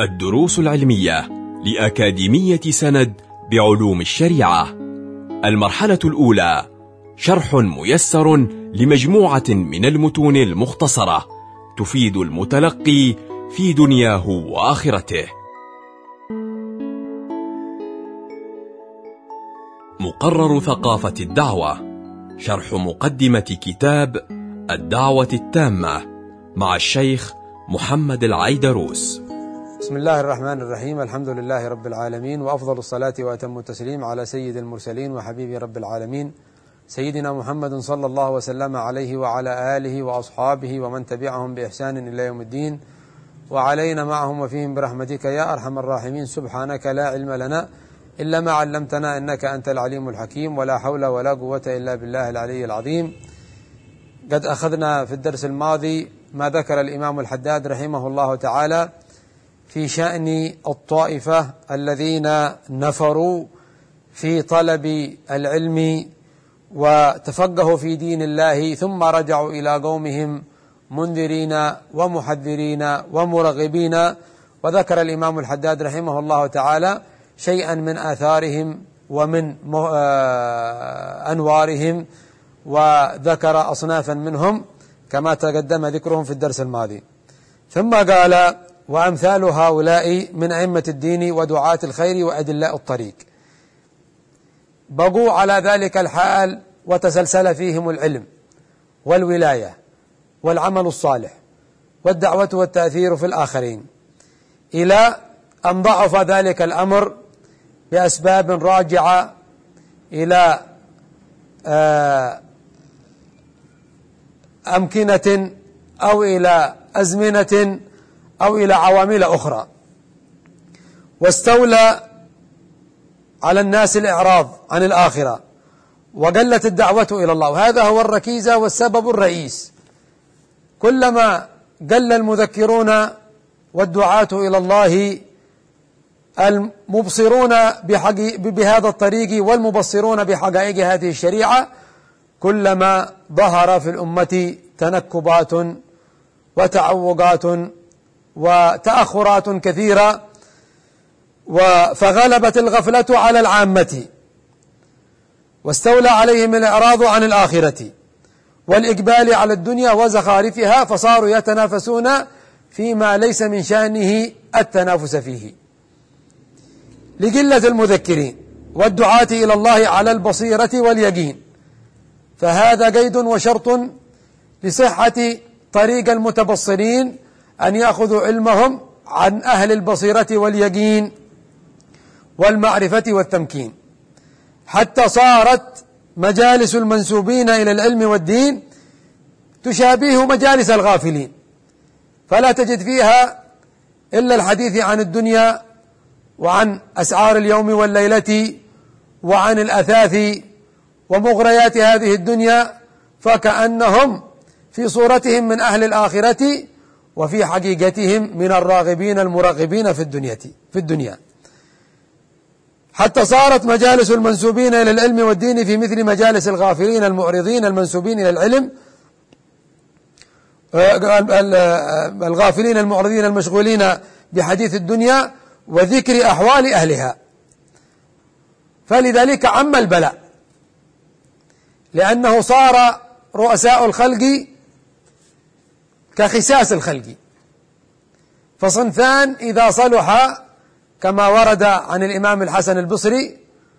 الدروس العلمية لأكاديمية سند بعلوم الشريعة. المرحلة الأولى: شرح ميسر لمجموعة من المتون المختصرة تفيد المتلقي في دنياه وآخرته. مقرر ثقافة الدعوة، شرح مقدمة كتاب الدعوة التامة مع الشيخ محمد العيدروس. بسم الله الرحمن الرحيم. الحمد لله رب العالمين، وأفضل الصلاة وأتم التسليم على سيد المرسلين وحبيب رب العالمين سيدنا محمد صلى الله وسلم عليه وعلى آله وأصحابه ومن تبعهم بإحسان إلى يوم الدين، وعلينا معهم وفيهم برحمتك يا أرحم الراحمين. سبحانك لا علم لنا إلا ما علمتنا إنك أنت العليم الحكيم، ولا حول ولا قوة إلا بالله العلي العظيم. قد أخذنا في الدرس الماضي ما ذكر الإمام الحداد رحمه الله تعالى في شأن الطائفة الذين نفروا في طلب العلم وتفقهوا في دين الله، ثم رجعوا إلى قومهم منذرين ومحذرين ومرغبين. وذكر الإمام الحداد رحمه الله تعالى شيئا من آثارهم ومن أنوارهم، وذكر أصنافا منهم كما تقدم ذكرهم في الدرس الماضي. ثم قال: وأمثال هؤلاء من أئمة الدين ودعاة الخير وأدلاء الطريق. بقوا على ذلك الحال وتسلسل فيهم العلم والولاية والعمل الصالح والدعوة والتأثير في الآخرين، إلى أن ضعف ذلك الأمر بأسباب راجعة إلى أمكنة أو إلى أزمنة أو إلى عوامل أخرى، واستولى على الناس الإعراض عن الآخرة، وقلت الدعوة إلى الله. وهذا هو الركيزة والسبب الرئيس. كلما قل المذكرون والدعاة إلى الله المبصرون بهذا الطريق والمبصرون بحقائق هذه الشريعة، كلما ظهر في الأمة تنكبات وتعوقات وتأخرات كثيرة، فغلبت الغفلة على العامة، واستولى عليهم الإعراض عن الآخرة والإقبال على الدنيا وزخارفها، فصاروا يتنافسون فيما ليس من شأنه التنافس فيه، لقلة المذكرين والدعاة إلى الله على البصيرة واليقين. فهذا قيد وشرط لصحة طريق المتبصرين أن يأخذوا علمهم عن أهل البصيرة واليقين والمعرفة والتمكين، حتى صارت مجالس المنسوبين إلى العلم والدين تشابه مجالس الغافلين، فلا تجد فيها إلا الحديث عن الدنيا وعن أسعار اليوم والليلة وعن الأثاث ومغريات هذه الدنيا، فكأنهم في صورتهم من أهل الآخرة وفي حقيقتهم من الراغبين المرغبين في الدنيا، حتى صارت مجالس المنسوبين إلى العلم والدين في مثل مجالس الغافلين المعرضين المنسوبين إلى العلم، الغافلين المعرضين المشغولين بحديث الدنيا وذكر أحوال أهلها. فلذلك عم البلاء، لأنه صار رؤساء الخلق كخساس الخلق، فصنفان إذا صلح، كما ورد عن الإمام الحسن البصري: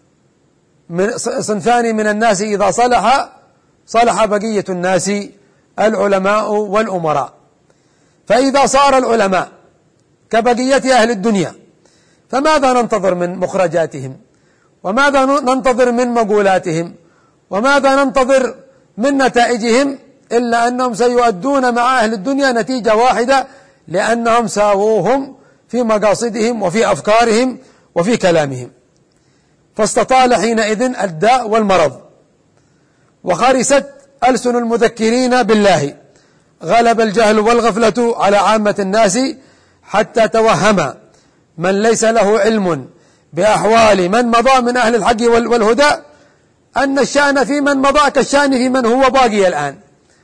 صنفان من الناس إذا صلح بقية الناس العلماء والأمراء. فإذا صار العلماء كبقية أهل الدنيا، فماذا ننتظر من مخرجاتهم؟ وماذا ننتظر من مقولاتهم؟ وماذا ننتظر من نتائجهم؟ إلا أنهم سيؤدون مع أهل الدنيا نتيجة واحدة، لأنهم ساووهم في مقاصدهم وفي أفكارهم وفي كلامهم. فاستطال حينئذ الداء والمرض، وخرست ألسن المذكرين بالله، غلب الجهل والغفلة على عامة الناس، حتى توهم من ليس له علم بأحوال من مضى من أهل الحق والهدى أن الشأن في من مضى كالشأن في من هو باقي الآن،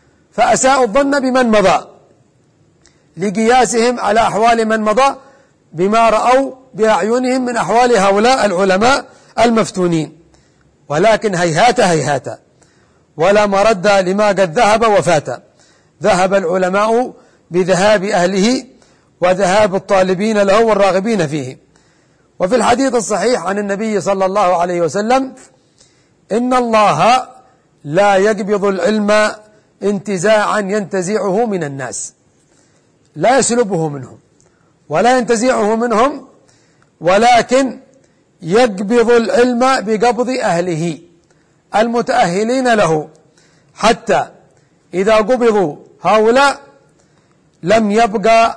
فأساءوا الظن بمن مضى لقياسهم على أحوال من مضى بما رأوا بأعينهم من أحوال هؤلاء العلماء المفتونين، ولكن هيهات هيهات ولا مرد لما قد ذهب وفات. ذهب العلماء بذهاب أهله وذهاب الطالبين له والراغبين فيه. وفي الحديث الصحيح عن النبي صلى الله عليه وسلم: إن الله لا يقبض العلم انتزاعا ينتزعه من الناس، لا يسلبه منهم ولا ينتزعه منهم، ولكن يقبض العلم بقبض أهله المتأهلين له، حتى إذا قبضوا هؤلاء لم يبقى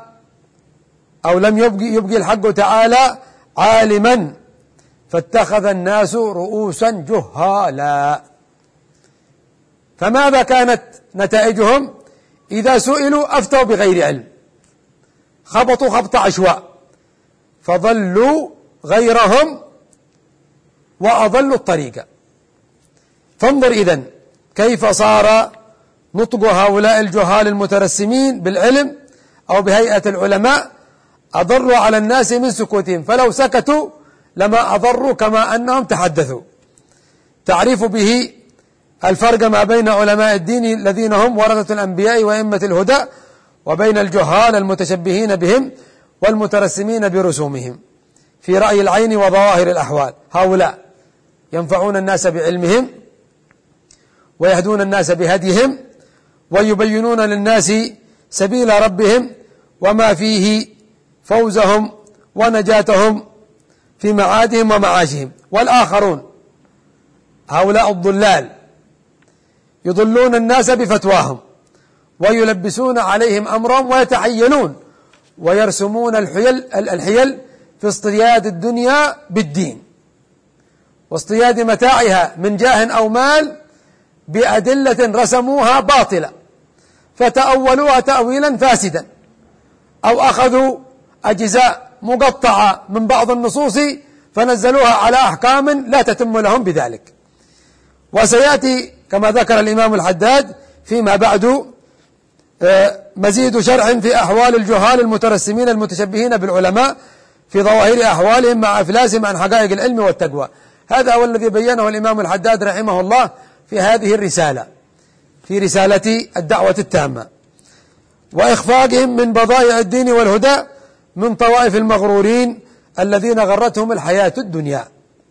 الحق تعالى عالما، فاتخذ الناس رؤوسا جهالا. فماذا كانت نتائجهم؟ إذا سئلوا أفتوا بغير علم، خبطوا خبط عشواء، فضلوا غيرهم وأضلوا الطريق. فانظر إذن كيف صار نطق هؤلاء الجهال المترسمين بالعلم أو بهيئة العلماء أضروا على الناس من سكوتهم، فلو سكتوا لما أضروا كما أنهم تحدثوا. تعرف به الفرق ما بين علماء الدين الذين هم ورثة الأنبياء وأئمة الهدى، وبين الجهال المتشبهين بهم والمترسمين برسومهم في رأي العين وظواهر الأحوال. هؤلاء ينفعون الناس بعلمهم ويهدون الناس بهديهم ويبينون للناس سبيل ربهم وما فيه فوزهم ونجاتهم في معادهم ومعاشهم. والآخرون هؤلاء الضلال يضلون الناس بفتواهم ويلبسون عليهم أمرهم ويتحيلون ويرسمون الحيل في اصطياد الدنيا بالدين واصطياد متاعها من جاه أو مال بأدلة رسموها باطلة، فتأولوها تأويلا فاسدا، أو أخذوا أجزاء مقطعة من بعض النصوص فنزلوها على أحكام لا تتم لهم بذلك. وسيأتي كما ذكر الإمام الحداد فيما بعد مزيد شرح في أحوال الجهال المترسمين المتشبهين بالعلماء في ظواهر أحوالهم مع إفلاسهم عن حقائق العلم والتقوى. هذا هو الذي بينه الإمام الحداد رحمه الله في هذه الرسالة، في رسالة الدعوة التامة، وإخفاقهم من بضائع الدين والهدى من طوائف المغرورين الذين غرتهم الحياة الدنيا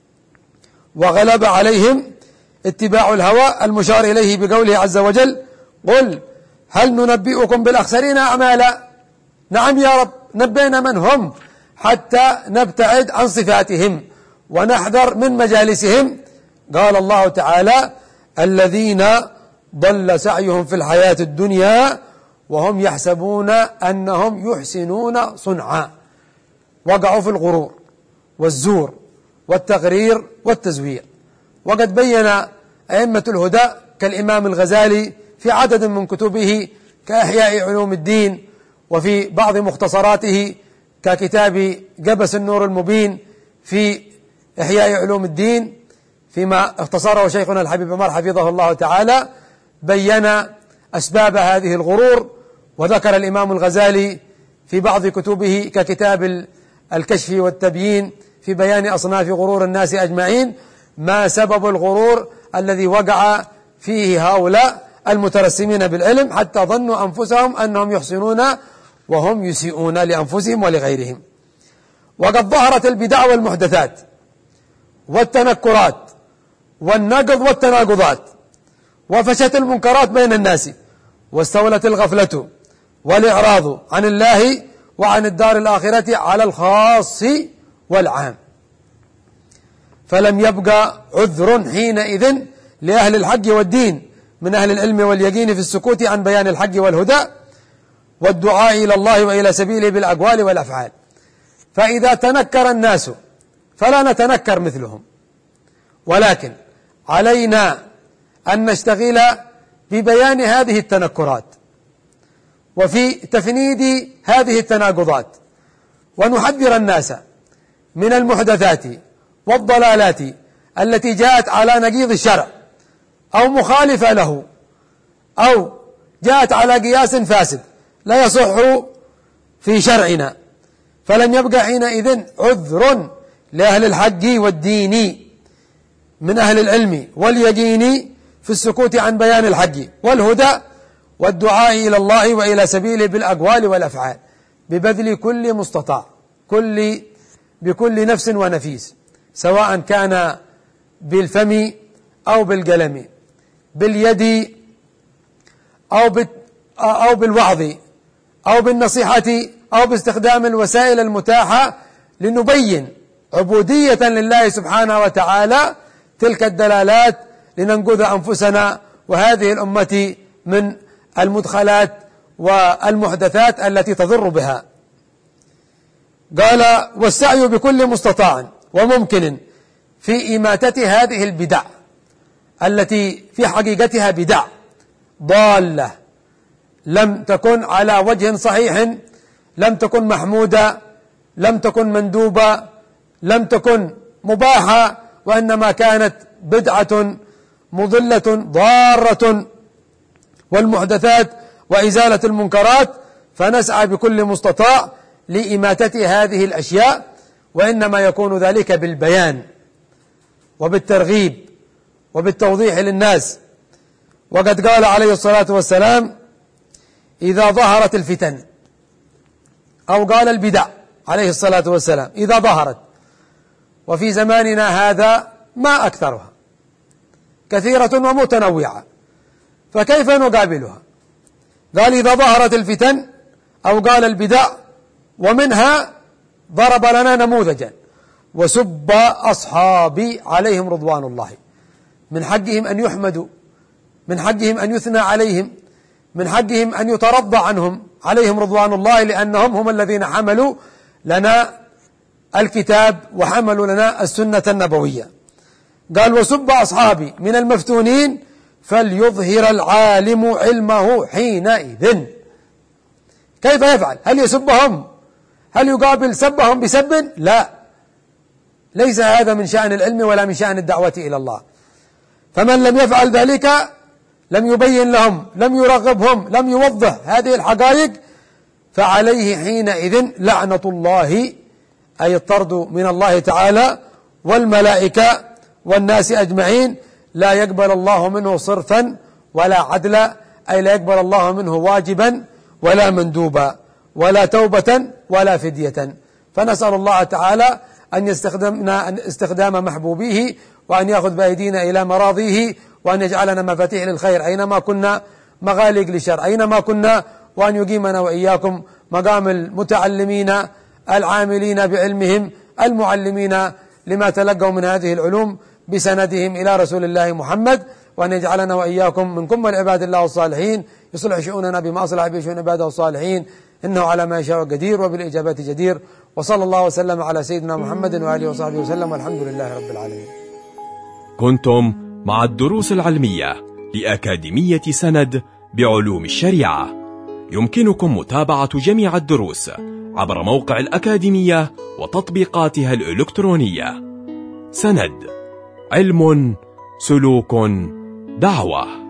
وغلب عليهم اتباع الهوى المشار إليه بقوله عز وجل: قل هل ننبئكم بالأخسرين أعمالا؟ نعم يا رب، نبئنا من هم حتى نبتعد عن صفاتهم ونحذر من مجالسهم. قال الله تعالى: الذين ضل سعيهم في الحياة الدنيا وهم يحسبون أنهم يحسنون صنعا. وقعوا في الغرور والزور والتغرير والتزوير. وقد بين أئمة الهدى كالإمام الغزالي في عدد من كتبه كإحياء علوم الدين، وفي بعض مختصراته ككتاب قبس النور المبين في إحياء علوم الدين، فيما اختصره شيخنا الحبيب عمر حفظه الله تعالى، بين أسباب هذه الغرور. وذكر الإمام الغزالي في بعض كتبه ككتاب الكشف والتبيين في بيان أصناف غرور الناس أجمعين ما سبب الغرور الذي وقع فيه هؤلاء المترسمين بالعلم حتى ظنوا أنفسهم أنهم يحسنون وهم يسيئون لأنفسهم ولغيرهم. وقد ظهرت البدع والمحدثات والتنكرات والنقض والتناقضات، وفشت المنكرات بين الناس، واستولت الغفلة والإعراض عن الله وعن الدار الآخرة على الخاص والعام، فلم يبقى عذر حينئذ لأهل الحق والدين من أهل العلم واليقين في السكوت عن بيان الحق والهدى والدعاء إلى الله وإلى سبيله بالأقوال والأفعال. فإذا تنكر الناس فلا نتنكر مثلهم، ولكن علينا أن نشتغل ببيان هذه التنكرات وفي تفنيد هذه التناقضات، ونحذر الناس من المحدثات والضلالات التي جاءت على نقيض الشرع أو مخالفة له أو جاءت على قياس فاسد لا يصح في شرعنا، فلم يبقى حينئذ عذر لأهل الحق والدين من أهل العلم واليقين في السكوت عن بيان الحق والهدى والدعاء إلى الله وإلى سبيله بالأقوال والأفعال ببذل كل مستطاع بكل نفس ونفيس، سواء كان بالفم أو بالقلم، باليد أو بالوعظ أو بالنصيحة أو باستخدام الوسائل المتاحة لنبين عبودية لله سبحانه وتعالى تلك الدلالات لننقذ أنفسنا وهذه الأمة من المدخلات والمحدثات التي تضر بها. قال: والسعي بكل مستطاع وممكن في إماتة هذه البدع التي في حقيقتها بدع ضالة لم تكن على وجه صحيح، لم تكن محمودة، لم تكن مندوبة، لم تكن مباحة، وإنما كانت بدعة مضلة ضارة، والمحدثات وإزالة المنكرات، فنسعى بكل مستطاع لإماتة هذه الأشياء، وإنما يكون ذلك بالبيان وبالترغيب وبالتوضيح للناس. وقد قال عليه الصلاة والسلام: إذا ظهرت الفتن، أو قال البدع عليه الصلاة والسلام إذا ظهرت، وفي زماننا هذا ما أكثرها، كثيرة ومتنوعة، فكيف نقابلها؟ قال: إذا ظهرت الفتن، أو قال البدع، ومنها ضرب لنا نموذجا: وسب أصحابي عليهم رضوان الله، من حقهم أن يحمدوا، من حقهم أن يثنى عليهم، من حقهم أن يترضى عنهم عليهم رضوان الله، لأنهم هم الذين حملوا لنا الكتاب وحملوا لنا السنة النبوية. قال: وسب أصحابي من المفتونين فليظهر العالم علمه حينئذ. كيف يفعل؟ هل يسبهم؟ هل يقابل سبهم بسب؟ لا، ليس هذا من شأن العلم ولا من شأن الدعوة إلى الله. فمن لم يفعل ذلك، لم يبين لهم، لم يرغبهم، لم يوضح هذه الحقائق، فعليه حينئذ لعنة الله، أي الطرد من الله تعالى والملائكة والناس أجمعين. لا يقبل الله منه صرفا ولا عدلا، أي لا يقبل الله منه واجبا ولا مندوبا ولا توبة ولا فدية. فنسأل الله تعالى أن يستخدمنا استخدام محبوبيه، وأن يأخذ بأيدينا إلى مراضيه، وأن يجعلنا مفاتيح للخير أينما كنا، مغالق للشر أينما كنا، وأن يقيمنا وإياكم مقام المتعلمين العاملين بعلمهم المعلمين لما تلقوا من هذه العلوم بسندهم إلى رسول الله محمد، وأن يجعلنا وإياكم من كم العباد الله الصالحين يصلح شؤوننا بما أصلح به شؤون عباده الصالحين، إنه على ما يشاء قدير وبالإجابة جدير. وصلى الله وسلم على سيدنا محمد وآله وصحبه وسلم، والحمد لله رب العالمين. كنتم مع الدروس العلمية لأكاديمية سند بعلوم الشريعة. يمكنكم متابعة جميع الدروس عبر موقع الأكاديمية وتطبيقاتها الإلكترونية. سند، علم، سلوك، دعوة.